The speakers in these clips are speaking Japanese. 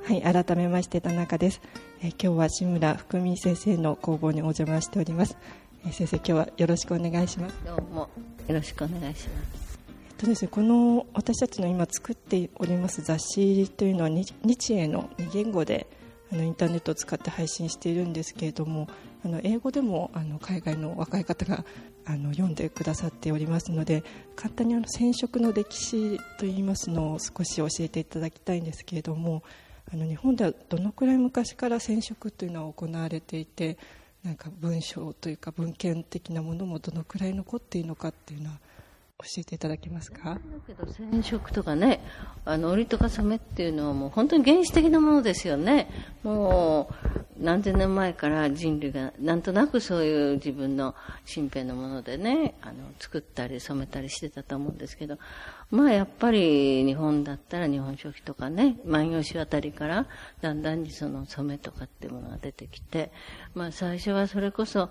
はい、改めまして田中です。今日は志村福美先生の工房にお邪魔しております。先生、今日はよろしくお願いします。 どうもよろしくお願いします。 ですね、この私たちの今作っております雑誌というのは日英の2言語でインターネットを使って配信しているんですけれども、英語でも海外の若い方が読んでくださっておりますので、簡単に染色の歴史といいますのを少し教えていただきたいんですけれども、日本ではどのくらい昔から染色というのは行われていて、なんか文章というか文献的なものもどのくらい残っているのかっていうのは教えていただけますか？ だけど染色とかね、織とか染めっていうのはもう本当に原始的なものですよね。もう何千年前から人類がなんとなくそういう自分の身辺のものでね、作ったり染めたりしてたと思うんですけど、まあやっぱり日本だったら日本書紀とかね、万葉集あたりからだんだんにその染めとかっていうものが出てきて、まあ最初はそれこそ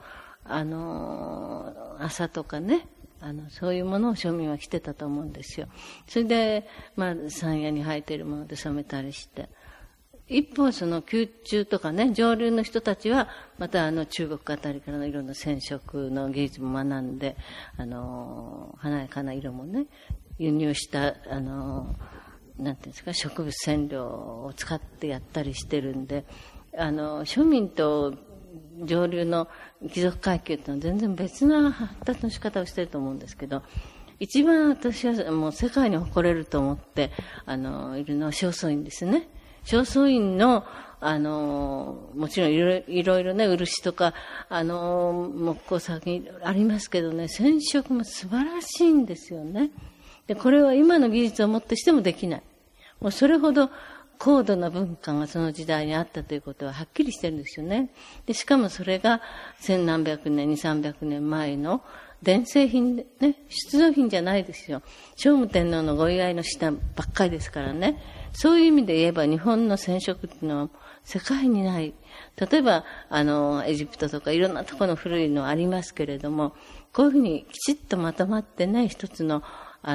麻とかね、そういうものを庶民は着てたと思うんですよ。それで、まあ、山野に生えているもので染めたりして。一方、その宮中とかね、上流の人たちは、また中国あたりからのいろんな染色の芸術も学んで、華やかな色もね、輸入した、なんていうんですか、植物染料を使ってやったりしてるんで、庶民と上流の貴族階級ってのは全然別な発達の仕方をしていると思うんですけど、一番私はもう世界に誇れると思っているのは正倉院ですね。正倉院のもちろんいろいろね、漆とか木工作品ありますけどね、染色も素晴らしいんですよね。でこれは今の技術をもってしてもできない。もうそれほど高度な文化がその時代にあったということははっきりしてるんですよね。で、しかもそれが千何百年、二三百年前の伝承品でね、出土品じゃないですよ。聖武天皇のご遺愛の品ばっかりですからね。そういう意味で言えば日本の染色っていうのは世界にない。例えば、エジプトとかいろんなところの古いのありますけれども、こういうふうにきちっとまとまってね、一つの、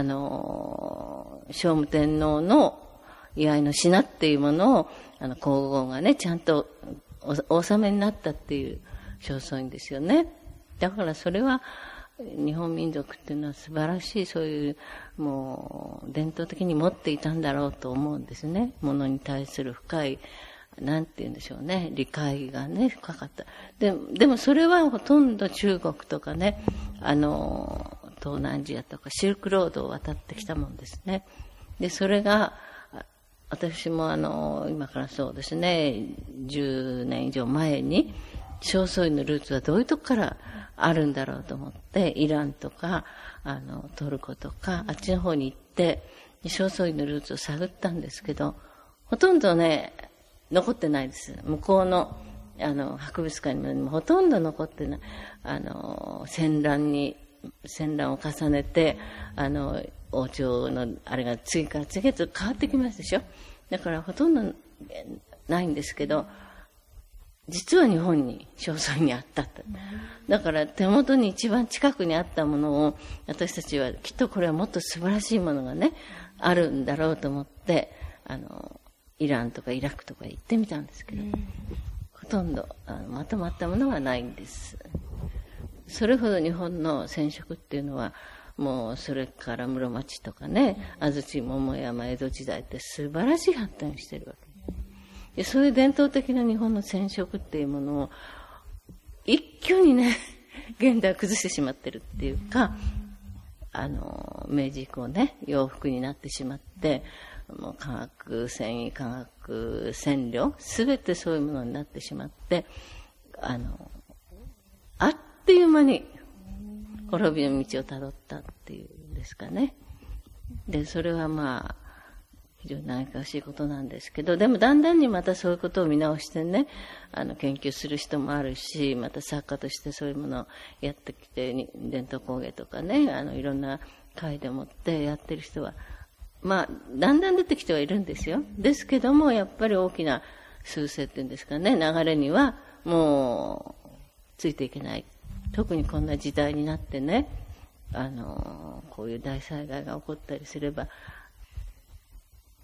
聖武天皇の遺愛の品っていうものを、皇后がね、ちゃんとお納めになったっていう正倉院ですよね。だからそれは、日本民族っていうのは素晴らしい、そういう、もう、伝統的に持っていたんだろうと思うんですね。ものに対する深い、なんて言うんでしょうね、理解がね、深かった。でもそれはほとんど中国とかね、東南アジアとかシルクロードを渡ってきたもんですね。で、それが、私も今からそうですね、10年以上前に、正倉院のルーツはどういうとこからあるんだろうと思って、イランとか、トルコとか、あっちの方に行って、正倉院のルーツを探ったんですけど、ほとんどね、残ってないです。向こうの、博物館にもほとんど残ってない。戦乱を重ねて、王朝のあれが次から次へと変わってきますでしょ。だからほとんどないんですけど、実は日本に正倉院にあったと。だから手元に一番近くにあったものを私たちはきっとこれはもっと素晴らしいものがねあるんだろうと思ってイランとかイラクとか行ってみたんですけど、ほとんどまとまったものはないんです。それほど日本の染色っていうのはもうそれから室町とかね、安土桃山江戸時代って素晴らしい発展をしてるわけで、そういう伝統的な日本の染色っていうものを一挙にね現代は崩してしまってるっていうか、明治以降ね洋服になってしまって、もう化学繊維化学染料すべてそういうものになってしまって、あっという間に滅びの道をたどったっていうんですかね。で、それはまあ、非常に難しいことなんですけど、でもだんだんにまたそういうことを見直してね、研究する人もあるし、また作家としてそういうものをやってきて、伝統工芸とかね、いろんな会でもってやってる人は、まあ、だんだん出てきてはいるんですよ。ですけども、やっぱり大きな趨勢っていうんですかね、流れにはもう、ついていけない。特にこんな時代になってね、こういう大災害が起こったりすれば、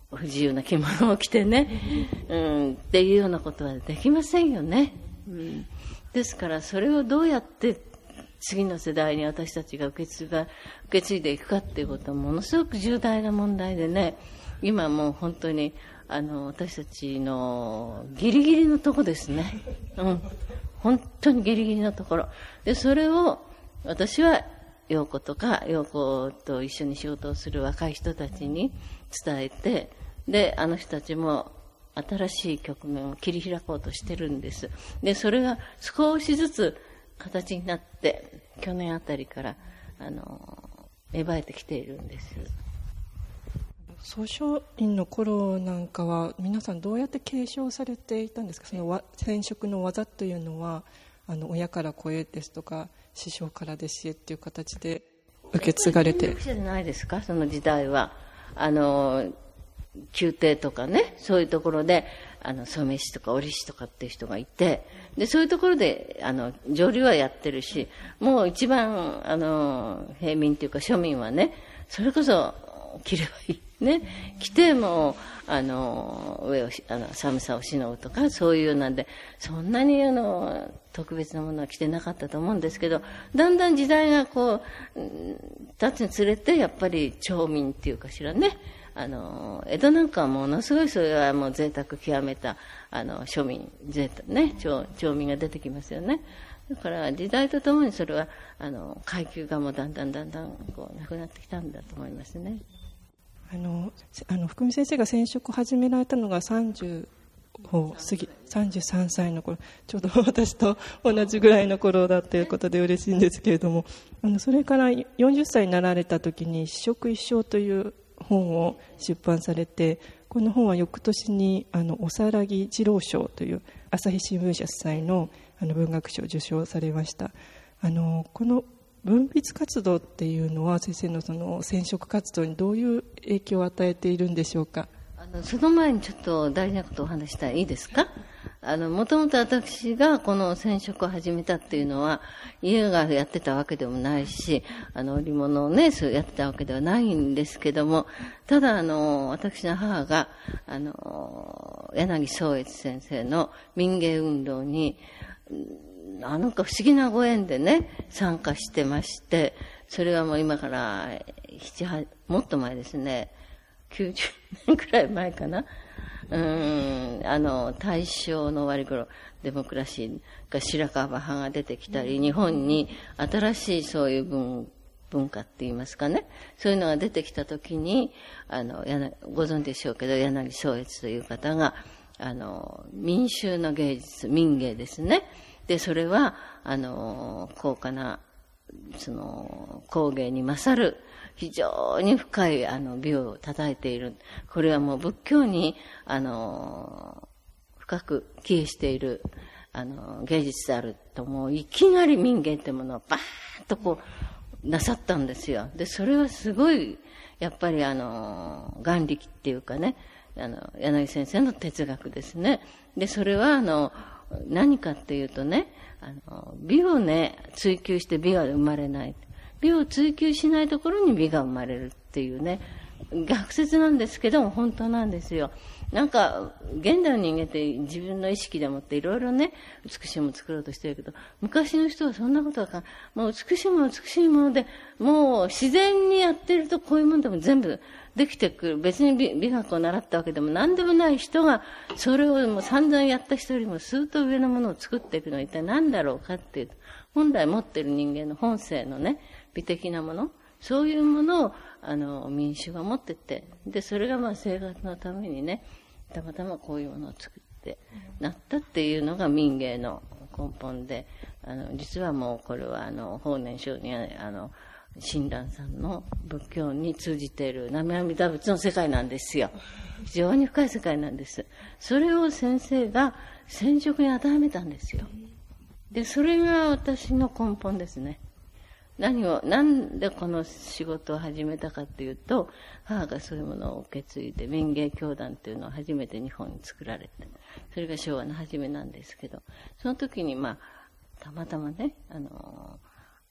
不自由な着物を着てね、っていうようなことはできませんよね。ですからそれをどうやって次の世代に私たちが受け継いでいくかっていうことはものすごく重大な問題でね、今もう本当に私たちのギリギリのとこですね。本当にギリギリのところで、それを私は陽子と一緒に仕事をする若い人たちに伝えて、であの人たちも新しい局面を切り開こうとしてるんです。でそれが少しずつ形になって去年あたりから芽生えてきているんです。 総書院の頃なんかは皆さんどうやって継承されていたんですか？その染色の技というのは親から子へですとか師匠から弟子へっていう形で受け継がれて、 じゃないですか。その時代は宮廷とかね、そういうところで染め師とか織師とかっていう人がいて、でそういうところで上流はやってるし、もう一番平民っていうか庶民はね、それこそ着ればいいね、着ても上を寒さをしのぐとか、そういうようなんで、そんなに特別なものは着てなかったと思うんですけど、だんだん時代がこう経つにつれてやっぱり町民っていうかしらね、江戸なんかはものすごいそれはもう贅沢極めた庶民町民が出てきますよね。だから時代とともにそれは階級がもうだんだんこうなくなってきたんだと思いますね。 福見先生が染色を始められたのが30を過ぎ33歳の頃、ちょうど私と同じぐらいの頃だということで嬉しいんですけれども、それから40歳になられた時に一色一生という本を出版されて、この本は翌年におさらぎ二郎賞という朝日新聞社主催の文学賞を受賞されました。この文筆活動っていうのは先生のその染色活動にどういう影響を与えているんでしょうか？ その前にちょっと大事なことをお話したらいいですか？もともと私がこの染色を始めたっていうのは家がやってたわけでもないし、織物をねそうやってたわけではないんですけども、ただ私の母が柳宗悦先生の民芸運動になんか不思議なご縁でね参加してまして、それはもう今からもっと前ですね、90年くらい前かな。大正の終わり頃、デモクラシーが白川派が出てきたり、日本に新しいそういう文化って言いますかね、そういうのが出てきた時にご存知でしょうけど、柳宗悦という方が民衆の芸術、民芸ですね。でそれは高価なその工芸に勝る非常に深い美を叩いている。これはもう仏教に深く帰依している芸術であると、もういきなり民芸ってものをバーッとこうなさったんですよ。でそれはすごいやっぱり眼力っていうかね、柳先生の哲学ですね。でそれは何かっていうとね、美をね追求して美は生まれない、美を追求しないところに美が生まれるっていうね、逆説なんですけども本当なんですよ。なんか現代の人間って自分の意識でもっていろいろね美しいものを作ろうとしてるけど、昔の人はそんなことはもう美しいものでもう自然にやってると、こういうものでも全部できてくる。別に美学を習ったわけでも何でもない人がそれをもう散々やった人よりも数と上のものを作っていくのは一体何だろうかっていうと、本来持っている人間の本性のね美的なもの、そういうものを民衆が持ってて、でそれがまあ生活のためにねたまたまこういうものを作ってなったっていうのが民芸の根本で、実はもうこれは法然上人親鸞さんの仏教に通じている南無阿弥陀仏の世界なんですよ。非常に深い世界なんです。それを先生が染色に与えめたんですよ。でそれが私の根本ですね。なんでこの仕事を始めたかっていうと、母がそういうものを受け継いで民芸教団っていうのを初めて日本に作られて、それが昭和の初めなんですけど、その時にたまたまね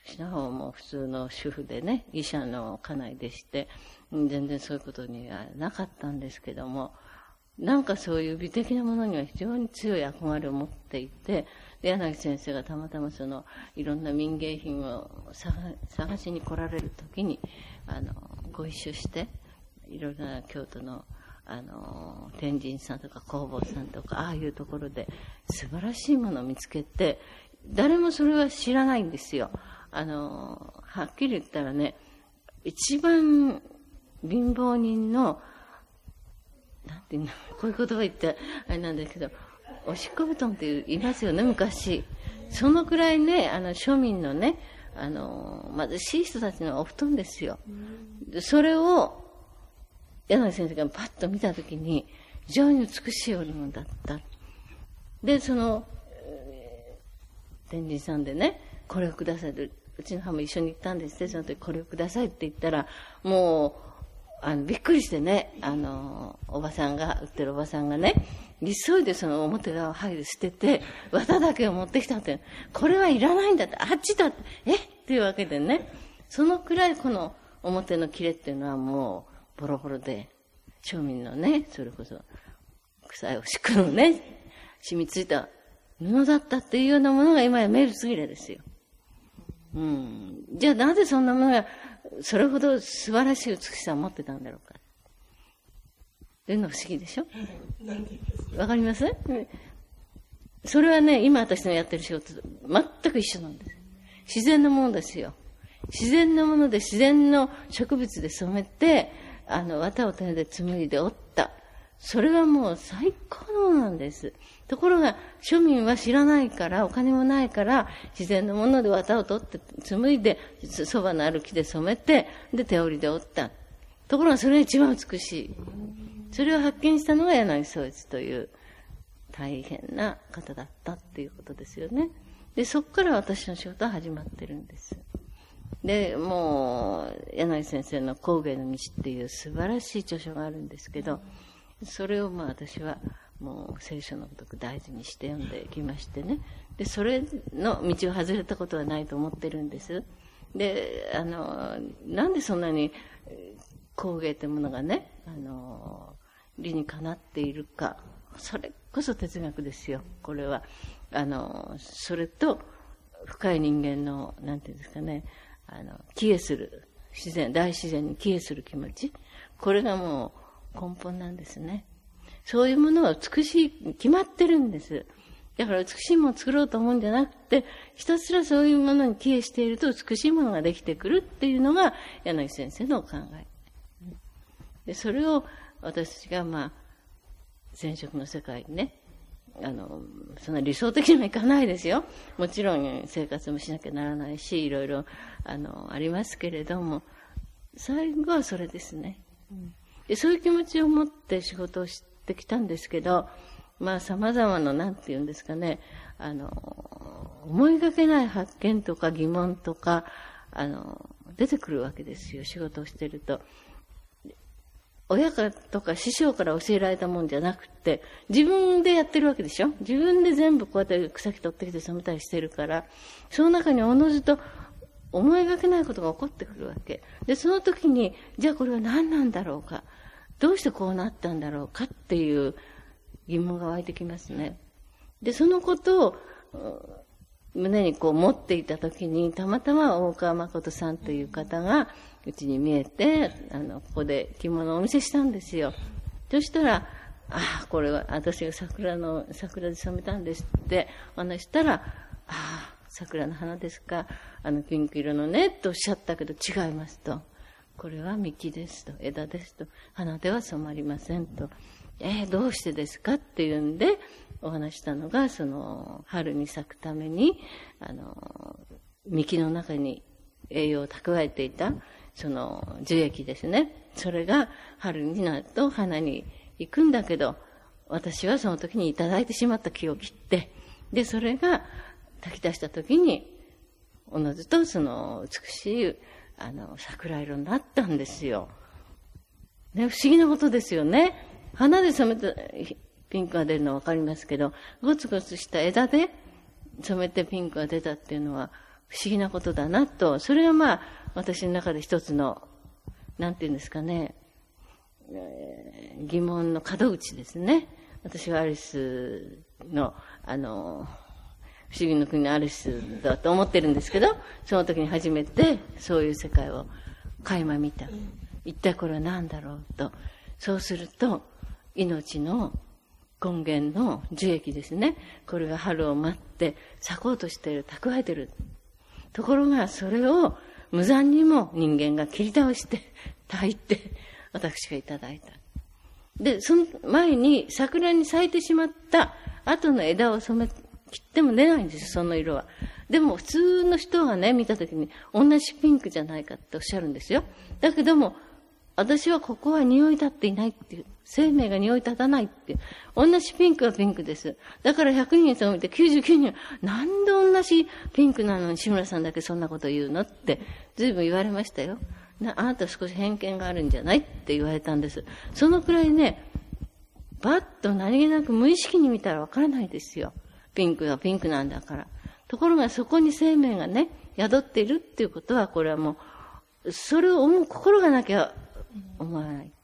私の方も普通の主婦でね、医者の家内でして、全然そういうことにはなかったんですけども、なんかそういう美的なものには非常に強い憧れを持っていて、柳先生がたまたまいろんな民芸品を探しに来られるときに、ご一緒して、いろいろな京都の、天神さんとか弘法さんとか、ああいうところで素晴らしいものを見つけて、誰もそれは知らないんですよ。はっきり言ったらね、一番貧乏人の、なんていうの、こういう言葉言ってあれなんだけど、おしっこ布団って言いますよね、昔。そのくらいね、庶民のね、貧しい人たちのお布団ですよ。それを、柳先生がパッと見たときに、非常に美しい織物だった。で、天神さんでね、これをくださいと、うちの母も一緒に行ったんですって、その時これをくださいって言ったら、もう、びっくりしてね、売ってるおばさんがね、急いでその表側を剥いで捨てて、綿だけを持ってきたって、これはいらないんだって、あっちだって、っていうわけでね、そのくらいこの表の切れっていうのはもう、ボロボロで、庶民のね、それこそ、臭いおしっこのね、染みついた布だったっていうようなものが今やメールつぎれですよ。じゃあなぜそんなものが、それほど素晴らしい美しさを持ってたんだろうか。というのが不思議でしょ？わかります？それはね、今私のやってる仕事と全く一緒なんです。自然のものですよ。自然のもので自然の植物で染めて、綿を手で紡いで織った。それはもう最高のものなんです。ところが、庶民は知らないから、お金もないから、自然のもので綿を取って紡いで、そばのある木で染めて、で、手織りで織った。ところが、それが一番美しい。それを発見したのが柳宗悦という大変な方だったっていうことですよね。で、そこから私の仕事は始まってるんです。で、もう、柳先生の工芸の道っていう素晴らしい著書があるんですけど、それを私はもう聖書のごとく大事にして読んできましてね。で、それの道を外れたことはないと思ってるんです。で、なんでそんなに工芸というものがね、理にかなっているか。それこそ哲学ですよ、これは。それと、深い人間の、なんていうんですかね、帰依する、大自然に帰依する気持ち。これがもう根本なんですね。そういうものは美しい、決まってるんです。だから美しいものを作ろうと思うんじゃなくて、ひたすらそういうものに帰依していると美しいものができてくるっていうのが柳先生のお考え。で、それを私たちが前職の世界にね、そんな理想的にはいかないですよ。もちろん生活もしなきゃならないし、いろいろ、ありますけれども、最後はそれですね。で、そういう気持ちを持って仕事をしてきたんですけど、様々な、なんて言うんですかね、思いがけない発見とか疑問とか、出てくるわけですよ、仕事をしていると。親とか師匠から教えられたもんじゃなくて、自分でやってるわけでしょ。自分で全部こうやって草木取ってきて染めたりしてるから、その中におのずと思いがけないことが起こってくるわけ。で、その時に、じゃあこれは何なんだろうか。どうしてこうなったんだろうかっていう疑問が湧いてきますね。で、そのことを胸に持っていた時に、たまたま大川誠さんという方が、うちに見えて、ここで着物をお見せしたんですよ。そしたら、これは私が桜で染めたんですってお話したら、桜の花ですか、ピンク色のね、とおっしゃったけど違いますと。これは幹ですと、枝ですと、花では染まりませんと。どうしてですかっていうんで、お話したのが、春に咲くために、幹の中に栄養を蓄えていた、樹液ですね。それが春になると花に行くんだけど、私はその時にいただいてしまった木を切って、で、それが炊き出した時に、おのずと美しい、桜色になったんですよ。ね、不思議なことですよね。花で染めたピンクが出るのはわかりますけど、ゴツゴツした枝で染めてピンクが出たっていうのは不思議なことだなと、それがまあ、私の中で一つの、なんていうんですかね、疑問の門口ですね。私はアリスの、不思議の国のアリスだと思ってるんですけど、その時に初めてそういう世界を垣間見た。一体これは何だろうと。そうすると、命の根源の樹液ですね。これが春を待って咲こうとしている、蓄えている。ところがそれを無残にも人間が切り倒して焚いて私がいただいた。で、その前に桜に咲いてしまった後の枝を染め切っても出ないんですよ、その色は。でも普通の人がね、見たときに同じピンクじゃないかっておっしゃるんですよ。だけども、私はここは匂い立っていないっていう。生命が匂い立たないっていう。同じピンクはピンクです。だから100人染めて99人は、なんで同じピンクなのに志村さんだけそんなこと言うのって随分言われましたよ。あなた少し偏見があるんじゃないって言われたんです。そのくらいね、バッと何気なく無意識に見たらわからないですよ。ピンクはピンクなんだから。ところがそこに生命がね、宿っているっていうことは、これはもう、それを思う心がなきゃ思わない。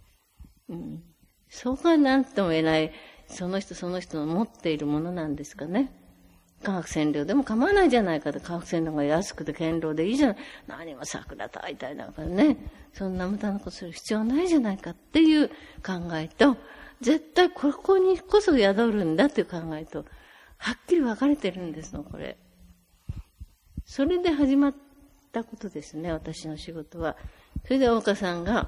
そこは何とも言えない、その人その人の持っているものなんですかね。化学染料でも構わないじゃないかと。化学染料が安くて堅牢でいいじゃない。何も桜焚いたりなんかね。そんな無駄なことする必要ないじゃないかっていう考えと、絶対ここにこそ宿るんだっていう考えと、はっきり分かれてるんですの、これ。それで始まったことですね、私の仕事は。それで大岡さんが、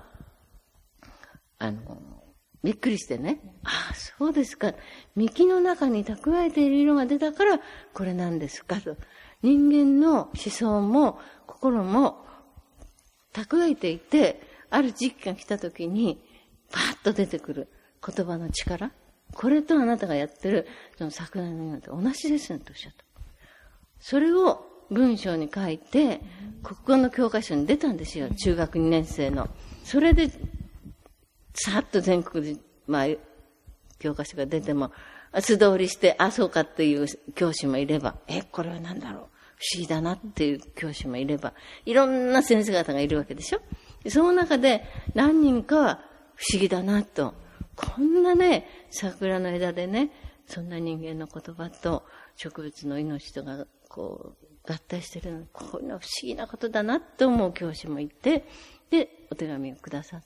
びっくりしてね、ああ、そうですか。幹の中に蓄えている色が出たから、これなんですかと。人間の思想も心も蓄えていて、ある時期が来た時に、パーッと出てくる言葉の力。これとあなたがやってる、その桜の色と同じですね、とおっしゃった。それを文章に書いて、国語の教科書に出たんですよ、中学2年生の。それで、さっと全国で、教科書が出ても、素通りして、あ、そうかっていう教師もいれば、これは何だろう、不思議だなっていう教師もいれば、いろんな先生方がいるわけでしょ。その中で何人かは不思議だなと、こんなね、桜の枝でね、そんな人間の言葉と植物の命とがこう合体してるの、こういうのは不思議なことだなと思う教師もいて、で、お手紙をくださって、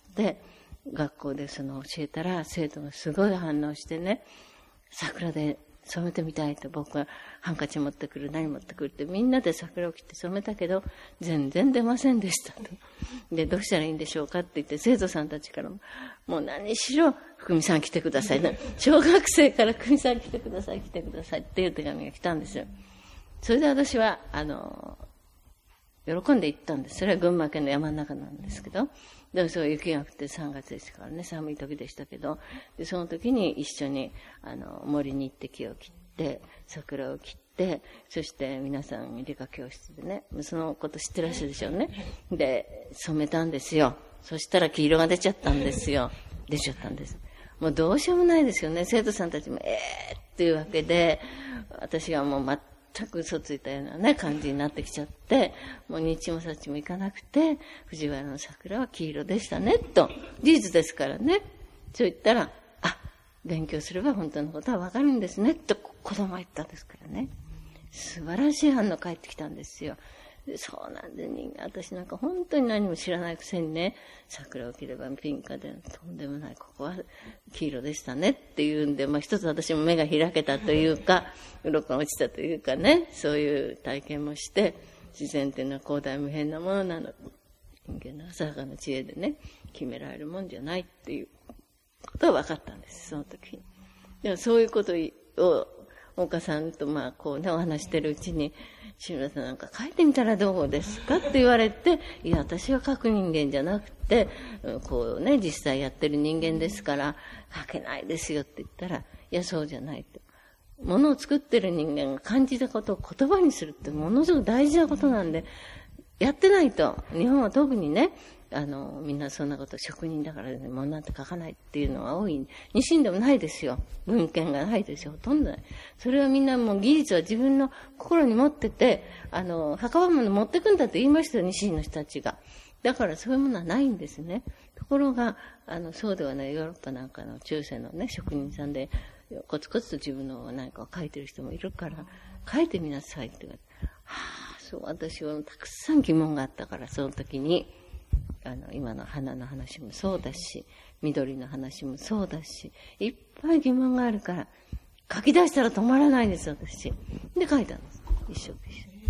学校でその教えたら生徒がすごい反応してね、桜で染めてみたいと、僕はハンカチ持ってくる、何持ってくるってみんなで桜を切って染めたけど全然出ませんでしたと。で、どうしたらいいんでしょうかって言って、生徒さんたちからも、もう何しろ福美さん来てください、ね、小学生から福美さん来てください来てくださいっていう手紙が来たんですよ。それで私は喜んで行ったんです。それは群馬県の山の中なんですけど、でもそう雪が降って3月でしたからね、寒い時でしたけど、でその時に一緒に森に行って木を切って桜を切って、そして皆さん理科教室でね、そのこと知ってらっしゃるでしょうね。で染めたんですよ。そしたら黄色が出ちゃったんですよ。出ちゃったんです。もうどうしようもないですよね。生徒さんたちもっていうわけで、私がもう全く嘘ついたようなね感じになってきちゃって、もう日もさっちも行かなくて、藤原の桜は黄色でしたねと、事実ですからね。そう言ったら、勉強すれば本当のことはわかるんですねと子供は言ったんですからね。素晴らしい反応返ってきたんですよ。そうなんで、私なんか本当に何も知らないくせにね、桜を切ればピンクでとんでもない、ここは黄色でしたねっていうんで、一つ私も目が開けたというか、鱗が落ちたというかね、そういう体験もして、自然っていうのは広大無辺なものなの。人間の浅はかな知恵でね、決められるもんじゃないっていうことは分かったんです、その時に。でもそういうことを、大岡さんとこうね、お話してるうちに、志村さんなんか書いてみたらどうですかって言われて、いや、私は書く人間じゃなくて、こうね、実際やってる人間ですから、書けないですよって言ったら、いや、そうじゃないと。ものを作ってる人間が感じたことを言葉にするってものすごく大事なことなんで、やってないと、日本は特にね、 みんなそんなこと、職人だからね、もうなんて書かないっていうのは多い。ニシンでもないですよ。文献がないですよ。ほとんどない。それはみんなもう技術は自分の心に持ってて、墓場まで持ってくんだって言いましたよ、ニシンの人たちが。だからそういうものはないんですね。ところが、そうではない、ヨーロッパなんかの中世のね、職人さんで、コツコツと自分の何かを書いてる人もいるから、書いてみなさいって言われて、そう、私はたくさん疑問があったから、その時に、今の花の話もそうだし、緑の話もそうだし、いっぱい疑問があるから、書き出したら止まらないんです、私。で、書いたんです。一生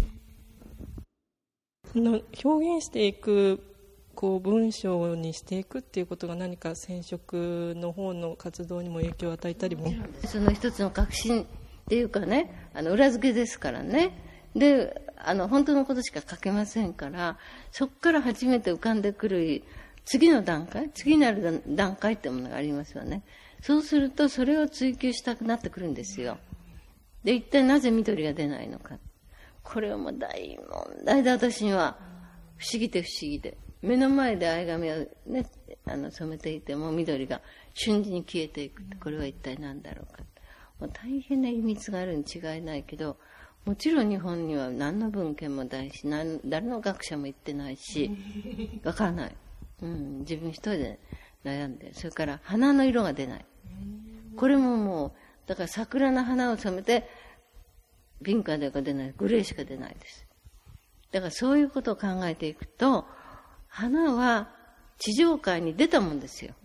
懸命。 表現していく、文章にしていくっていうことが何か染色の方の活動にも影響を与えたりも。 その一つの確信っていうかね、裏付けですからね。で、本当のことしか書けませんから、そこから初めて浮かんでくる次の段階、次なる段階ってものがありますよね。そうすると、それを追求したくなってくるんですよ。で、一体なぜ緑が出ないのか。これはもう大問題で、私には不思議で不思議で。目の前で藍紙をね、染めていても緑が瞬時に消えていく。これは一体何だろうか。もう大変な秘密があるに違いないけど、もちろん日本には何の文献もないし、誰の学者も言ってないし、わからない。自分一人で悩んで。それから花の色が出ない。これももう、だから桜の花を染めて、ピンクが出ない、グレーしか出ないです。だからそういうことを考えていくと、花は地上界に出たもんですよ。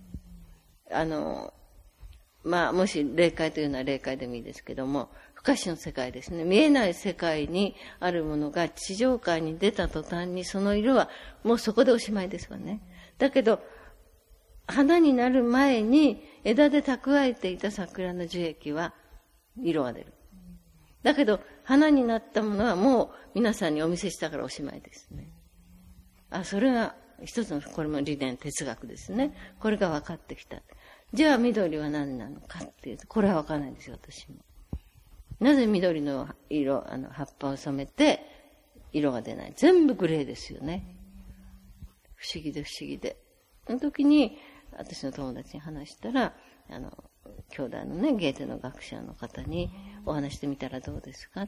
もし霊界というのは霊界でもいいですけども、不可視の世界ですね。見えない世界にあるものが地上界に出た途端にその色はもうそこでおしまいですわね。だけど、花になる前に枝で蓄えていた桜の樹液は色が出る。だけど、花になったものはもう皆さんにお見せしたからおしまいですね。それが一つの、これも理念、哲学ですね。これが分かってきた。じゃあ緑は何なのかっていうと、これは分からないんですよ、私も。なぜ緑の色、葉っぱを染めて、色が出ない。全部グレーですよね。不思議で不思議で。その時に、私の友達に話したら、兄弟のね、ゲーテの学者の方にお話してみたらどうですかって、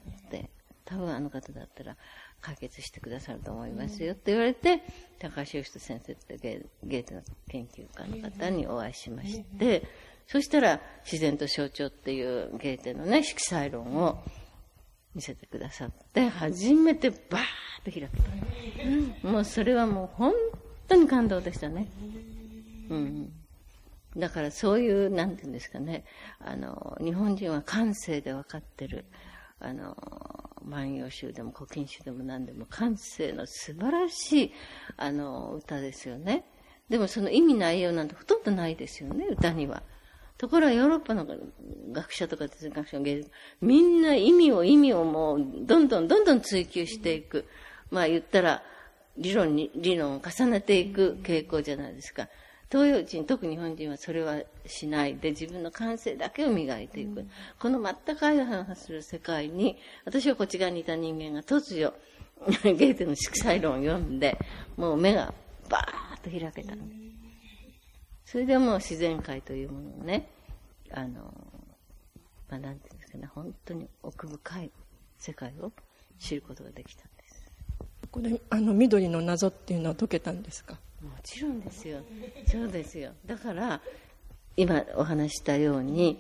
多分あの方だったら解決してくださると思いますよって言われて、高橋義人先生ってゲーテの研究家の方にお会いしまして、そしたら自然と象徴っていうゲーテのね、色彩論を見せてくださって、初めてバーッと開けた。もうそれはもう本当に感動でしたね。だからそういう、なんていうんですかね、日本人は感性で分かってる、万葉集でも古今集でも何でも感性の素晴らしい、歌ですよね。でもその意味内容なんてほとんどないですよね、歌には。ところがヨーロッパの学者とか哲学者の芸術、みんな意味をもうどんどん追求していく。言ったら理論を重ねていく傾向じゃないですか。東洋人、特に日本人はそれはしないで自分の感性だけを磨いていく。この全く相反する世界に、私はこっち側にいた人間が突如、ゲーテの色彩論を読んで、もう目がバーッと開けたんです。それでもう自然界というものをね、なんていうんですかね、本当に奥深い世界を知ることができたんです。 これ、緑の謎っていうのは解けたんですか？ もちろんですよ。そうですよ。だから、今お話したように、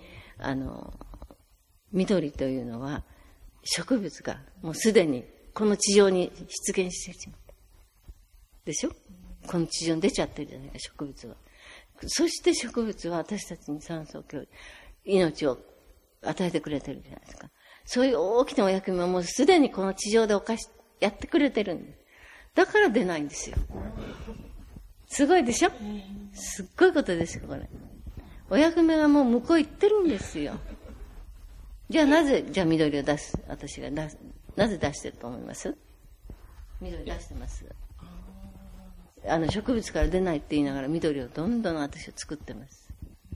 緑というのは、植物がもうすでにこの地上に出現してしまった。でしょ？この地上に出ちゃってるじゃないか、植物は。そして植物は私たちに酸素を命を与えてくれてるじゃないですか。そういう大きなお役目をもうすでにこの地上でやってくれてるんです。だから出ないんですよ。すごいでしょ？すっごいことですよ、これ。お役目がもう向こう行ってるんですよ。じゃあ緑を私がなぜ出してると思います？緑出してます。植物から出ないって言いながら緑をどんどん私は作ってます。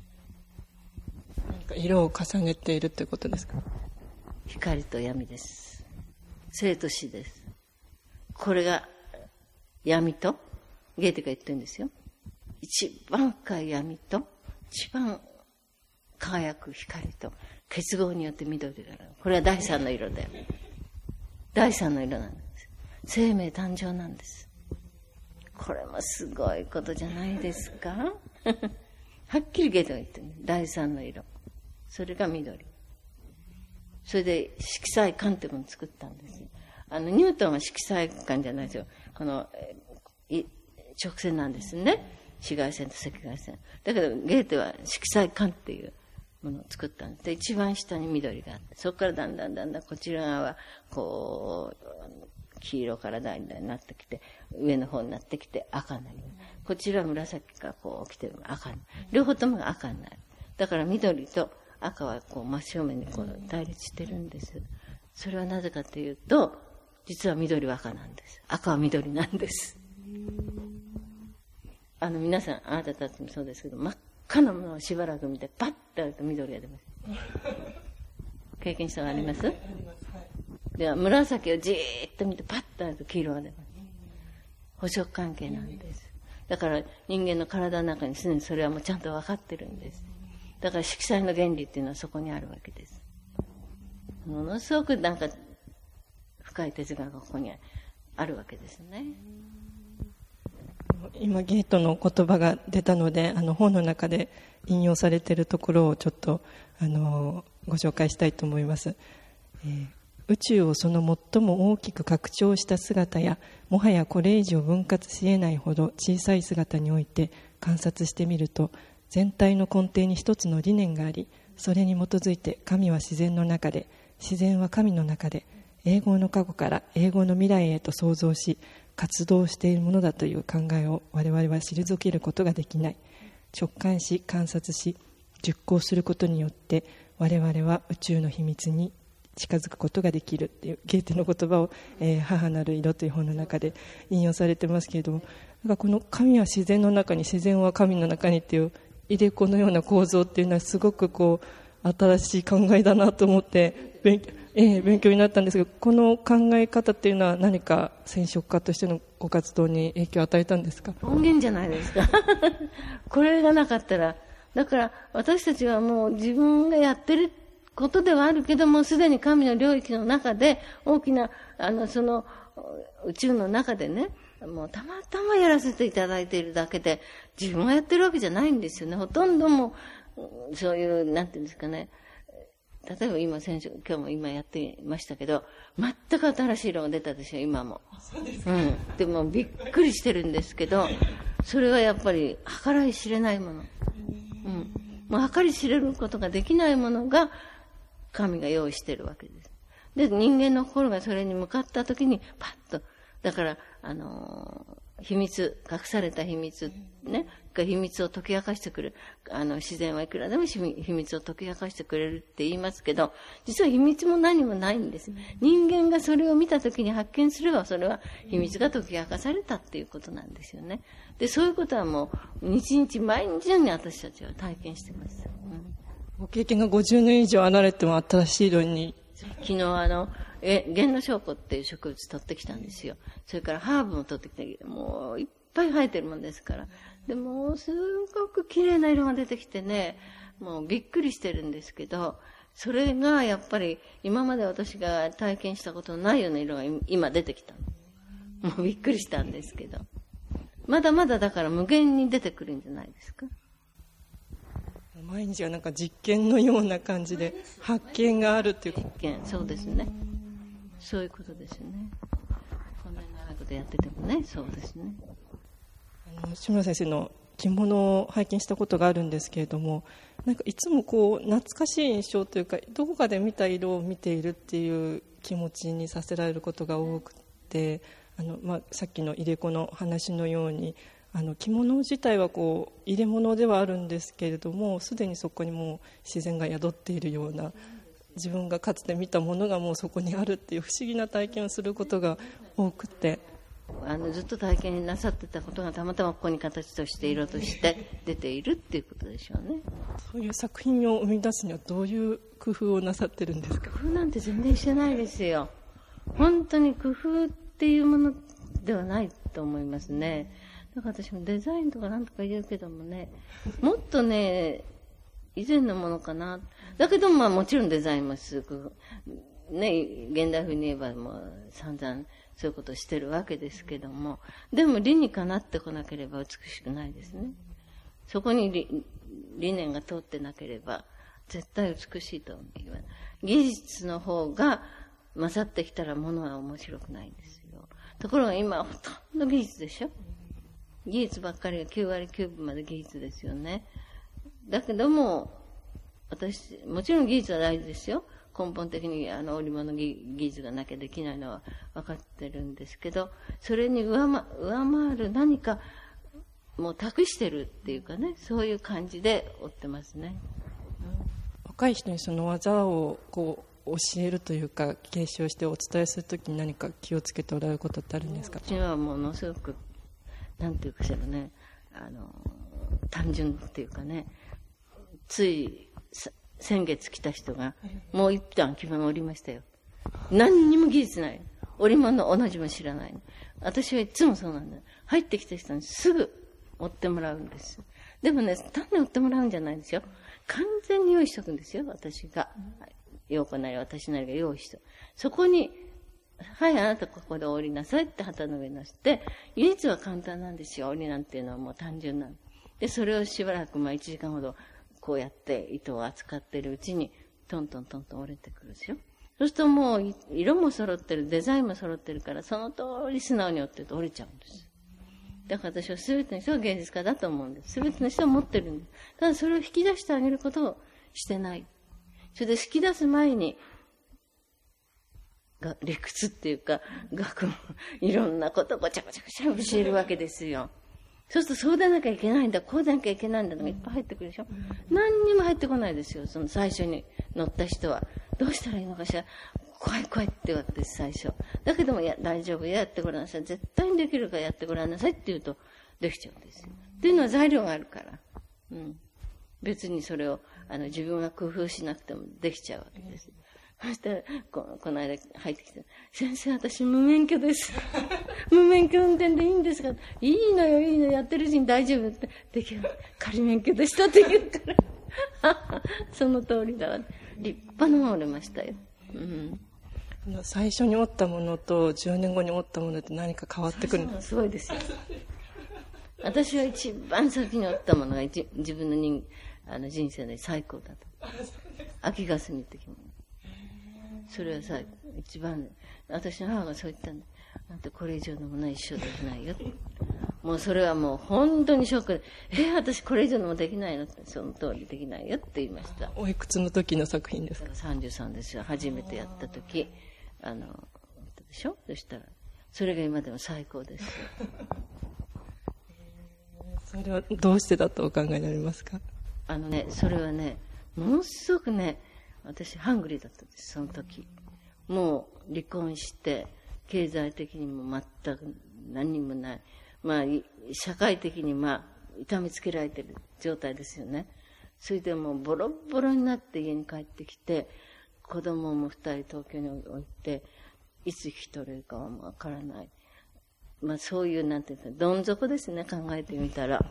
なんか色を重ねているってことですか？ 光と闇です。生と死です。これが闇とゲーテが言ってるんですよ。一番深い闇と一番輝く光と結合によって緑がある。これは第三の色だよ。第三の色なんです。生命誕生なんです。これもすごいことじゃないですかはっきりゲーテが言ってる。第三の色。それが緑。それで色彩観っていうものを作ったんですよ。ニュートンは色彩観じゃないですよ。この直線なんですね。紫外線と赤外線。だけどゲーテは色彩観っていうものを作ったんです。で、一番下に緑があって、そこからだんだんこちら側はこう黄色からだんだんなってきて、上の方になってきて赤になります。こちらは紫がこう来て赤に。両方ともが赤になる。だから緑と赤はこう真正面にこう対立してるんです。それはなぜかというと、実は緑は赤なんです。赤は緑なんです。皆さん、あなたたちもそうですけど、真っ赤なものをしばらく見て、パッとやると緑が出ます。経験したことあります？では、紫をじーっと見て、パッとやると黄色が出ます。補色関係なんです。だから人間の体の中にすでにそれはもうちゃんと分かってるんです。だから色彩の原理っていうのはそこにあるわけです。ものすごくなんか深い哲学がここにあるわけですね。 今ゲートの言葉が出たので、本の中で引用されているところをちょっとご紹介したいと思います。宇宙をその最も大きく拡張した姿や、もはやこれ以上分割し得ないほど小さい姿において観察してみると、全体の根底に一つの理念があり、それに基づいて神は自然の中で、自然は神の中で、永劫の過去から永劫の未来へと創造し活動しているものだという考えを我々は退けることができない。直感し観察し熟考することによって我々は宇宙の秘密に近づくことができるっていうゲーテの言葉を、母なる色という本の中で引用されてますけれども、なんかこの神は自然の中に、自然は神の中にっていう入れ子のような構造っていうのはすごくこう新しい考えだなと思って勉強になったんですが、この考え方っていうのは何か染色家としてのご活動に影響を与えたんですか？ 音源じゃないですかこれがなかったら、だから私たちはもう自分がやってることではあるけども、すでに神の領域の中で大きなその宇宙の中でね、もうたまたまやらせていただいているだけで、自分がやってるわけじゃないんですよね。ほとんどもそういうなんていうんですかね、例えば今今日も今やっていましたけど、全く新しい色が出たでしょ今も。そうですか。でもびっくりしてるんですけど、それはやっぱり計らい知れないもの。もう計り知れることができないものが神が用意しているわけです。で、人間の心がそれに向かった時にパッと、だから秘密、隠された秘密ね、秘密を解き明かしてくる。自然はいくらでも秘密を解き明かしてくれるって言いますけど、実は秘密も何もないんです。人間がそれを見たときに発見すれば、それは秘密が解き明かされたっていうことなんですよね。で、そういうことはもう、日々毎日のように私たちは体験しています。 ご経験が50年以上離れても新しい色に。 昨日玄の証拠っていう植物取ってきたんですよ。それからハーブも取ってきて、もういっぱい生えてるもんですから。でもすごく綺麗な色が出てきてね、もうびっくりしてるんですけど、それがやっぱり今まで私が体験したことのないような色が今出てきたの。もうびっくりしたんですけど。まだまだだから無限に出てくるんじゃないですか。 毎日がなんか実験のような感じで発見があるっていう。 実験、そうですね。そういうことですね。こんなに長いことやっててもね、そうですね。 志村先生の着物を拝見したことがあるんですけれども、なんかいつもこう懐かしい印象というか、どこかで見た色を見ているっていう気持ちにさせられることが多くて、さっきの入れ子の話のように、着物自体はこう入れ物ではあるんですけれども、すでにそこにもう自然が宿っているような、自分がかつて見たものがもうそこにあるっていう不思議な体験をすることが多くて、 ずっと体験なさってたことがたまたまここに形として色として出ているっていうことでしょうね。 そういう作品を生み出すにはどういう工夫をなさってるんですか？ 工夫なんて全然してないですよ。本当に工夫っていうものではないと思いますね。 だから私もデザインとかなんとか言うけどもね、もっとね、以前のものかな。だけどもちろんデザインもすごく、ね、現代風に言えばもう散々そういうことをしてるわけですけども、でも理にかなってこなければ美しくないですね。そこに理念が通ってなければ絶対美しいと思う。技術の方が勝ってきたらものは面白くないんですよ。ところが今はほとんど技術でしょ。技術ばっかりが9割9分まで技術ですよね。だけども、もちろん技術は大事ですよ。根本的に織物技術がなきゃできないのは分かってるんですけど、それに上回る何かもう託してるっていうかね、そういう感じで織ってますね。 若い人にその技をこう教えるというか継承してお伝えするときに何か気をつけておられることってあるんですか？ うちはものすごくなんていうかしらね、単純っていうかね、つい先月来た人がもう一旦着物を織りましたよ。何にも技術ない。織物同じも知らないの。私はいつもそうなんだよ。入ってきた人にすぐ織ってもらうんです。でもね、単に織ってもらうんじゃないんですよ。完全に用意しとくんですよ、私が。陽子なり私なりが用意して。そこに、はい、あなたここで織りなさいって旗の上に乗せて、技術は簡単なんですよ。織りなんていうのはもう単純なの。で、それをしばらく1時間ほどこうやって糸を扱ってるうちに、トントントンと折れてくるでしょ。そうするともう色も揃ってる、デザインも揃ってるから、その通り素直に折ってると折れちゃうんです。だから私は全ての人が芸術家だと思うんです。全ての人は持ってるんです。ただそれを引き出してあげることをしてない。それで引き出す前に、理屈っていうか、学問、いろんなことをごちゃごちゃごちゃ教えるわけですよ。そうするとそうでなきゃいけないんだ、こうでなきゃいけないんだとかいっぱい入ってくるでしょ。何にも入ってこないですよ、その最初に乗った人は。どうしたらいいのかしら。怖い怖いって言うわけです、最初。だけども、大丈夫やってごらんなさい。絶対にできるからやってごらんなさいって言うと、できちゃうんですよ。っていうのは材料があるから。うん。別にそれを、自分が工夫しなくてもできちゃうわけです。そしたら、この間入ってきて、先生、私無免許です。無免許運転でいいんですか？いいのよ、いいのよ、やってるうちに大丈夫って。できる。仮免許でしたって言うから。その通りだわ。立派なの折れましたよ。うん。 最初に折ったものと10年後に折ったものって何か変わってくるんですか？ すごいですよ。私は一番先に折ったものが自分の人生で最高だと。秋霞って着物。それはさ、一番、私の母がそう言ったんだ。あんたこれ以上のものは一生できないよ。もうそれはもう本当にショックで、私これ以上のもできないのって、その通りできないよって言いました。 おいくつの時の作品ですか ？33ですよ。初めてやった時。でしょ？そしたら、それが今でも最高ですよ。 それはどうしてだとお考えになりますか？ それはね、ものすごくね、私ハングリーだったんです、その時。もう離婚して、経済的にも全く何にもない。社会的に痛めつけられてる状態ですよね。それでもうボロボロになって家に帰ってきて、子供も2人東京に置いて、いつ引き取れるかはわからない。そういう、なんていうか、どん底ですね、考えてみたら。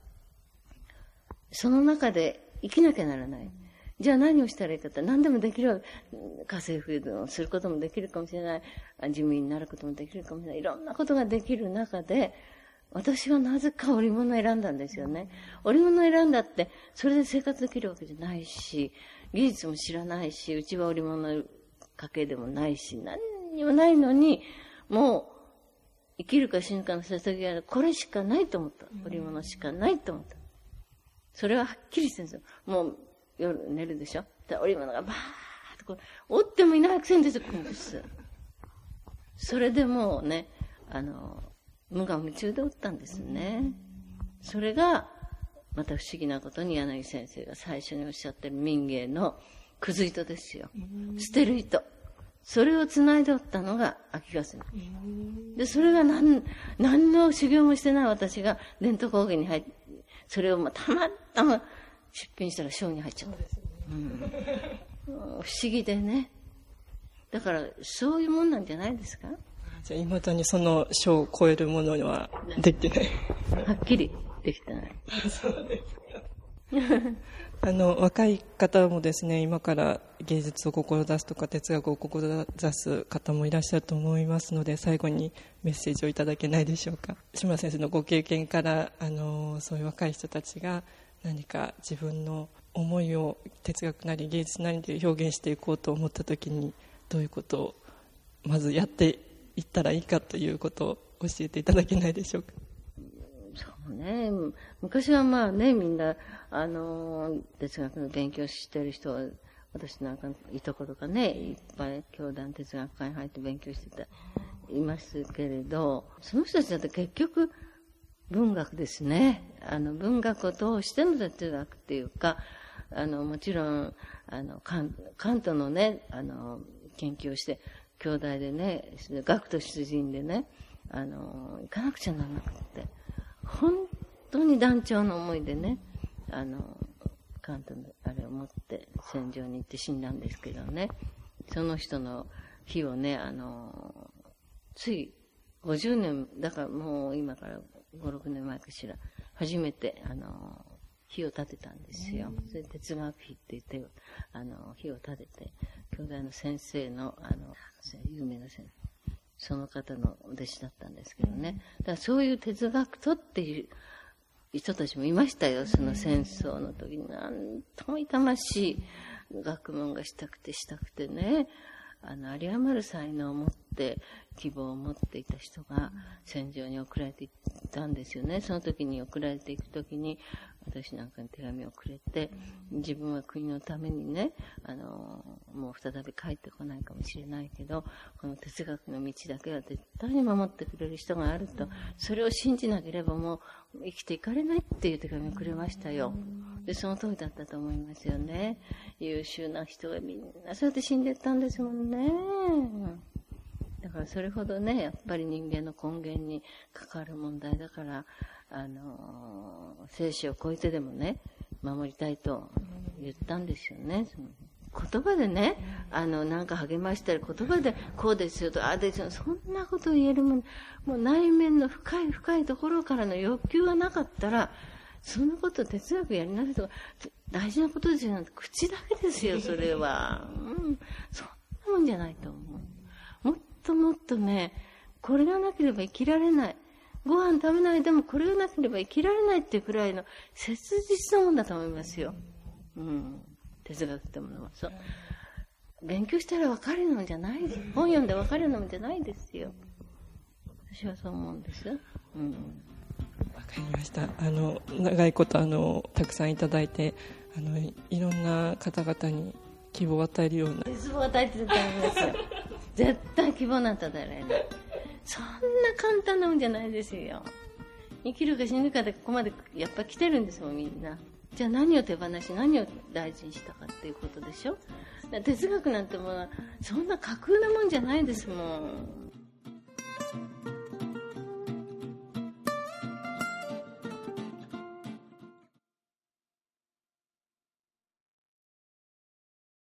その中で生きなきゃならない。じゃあ何をしたらいいかって、何でもできる。家政婦をすることもできるかもしれない。事務員になることもできるかもしれない。いろんなことができる中で、私はなぜか織物を選んだんですよね。織物を選んだって、それで生活できるわけじゃないし、技術も知らないし、うちは織物の家系でもないし、何にもないのに、もう、生きるか死ぬかの瀬戸際で、これしかないと思った。織物しかないと思った。それははっきりしてるんですよ。もう、夜寝るでしょ。織物がバーッとこう、折ってもいないくせに出てくるんです。それでもうね、無我夢中で折ったんですね。それが、また不思議なことに柳先生が最初におっしゃってる民芸のくず糸ですよ。捨てる糸。それを繋いでおったのが秋霞。で、それが何の修行もしてない私が伝統工芸に入って、それをたまたま出品したら賞に入っちゃった。不思議でね。だから、そういうもんなんじゃないですか？ じゃあ未だにその書を超えるものにはできてない。 はっきりできてない。 そうですか。若い方もですね、今から芸術を志すとか哲学を志す方もいらっしゃると思いますので、最後にメッセージをいただけないでしょうか。志村先生のご経験から、そういう若い人たちが何か自分の思いを哲学なり芸術なりで表現していこうと思ったときに、どういうことをまずやっていったらいいかということを教えていただけないでしょうか。 そうね。昔はまあね、みんな、哲学の勉強してる人は、私なんかいとことかね、いっぱい教団哲学会に入って勉強していますけれど、その人たちだって結局、文学ですね。文学を通しての哲学っていうか、もちろん、カントのね、研究をして、兄弟でね、学徒出陣でね、行かなくちゃならなくて、本当に断腸の思いでね、カントのあれを持って戦場に行って死んだんですけどね、その人の日をね、つい50年、だからもう今から5、6年前かしら、初めて、火を立てたんですよ。それで哲学火って言って、火を立てて、兄弟の先生の、有名な先生、その方のお弟子だったんですけどね。だからそういう哲学とっていう人たちもいましたよ。その戦争の時に。なんとも痛ましい学問がしたくてね。有り余る才能を持って、希望を持っていた人が戦場に送られていったんですよね。その時に送られていく時に、私なんかに手紙をくれて、自分は国のためにね、もう再び帰ってこないかもしれないけど、この哲学の道だけは絶対に守ってくれる人があると、それを信じなければもう生きていかれないっていう手紙をくれましたよ。で、その通りだったと思いますよね。優秀な人がみんなそうやって死んでったんですもんね。だからそれほどね、やっぱり人間の根源に関わる問題だから、生死を超えてでもね、守りたいと言ったんですよね。言葉でね、なんか励ましたり、言葉でこうですよと、ああですよ、そんなことを言えるもう内面の深い深いところからの欲求がなかったら、そんなこと哲学やりなさいとか、大事なことですよ。口だけですよ、それは。そんなもんじゃないと思う。もっともっとね、これがなければ生きられない。ご飯食べないでもこれがなければ生きられないっていうくらいの切実なもんだと思いますよ。哲学ってものは。そう。勉強したら分かるのじゃないです。本読んで分かるのじゃないですよ。私はそう思うんですよ。わかりました。長いことたくさんいただいて、いろんな方々に希望を与えるような。 希望を与えてると思いますよ。絶対希望なんて与えられない。そんな簡単なもんじゃないですよ。生きるか死ぬかでここまでやっぱ来てるんですもん、みんな。じゃあ何を手放し、何を大事にしたかっていうことでしょ。哲学なんてもう、そんな架空なもんじゃないですもん。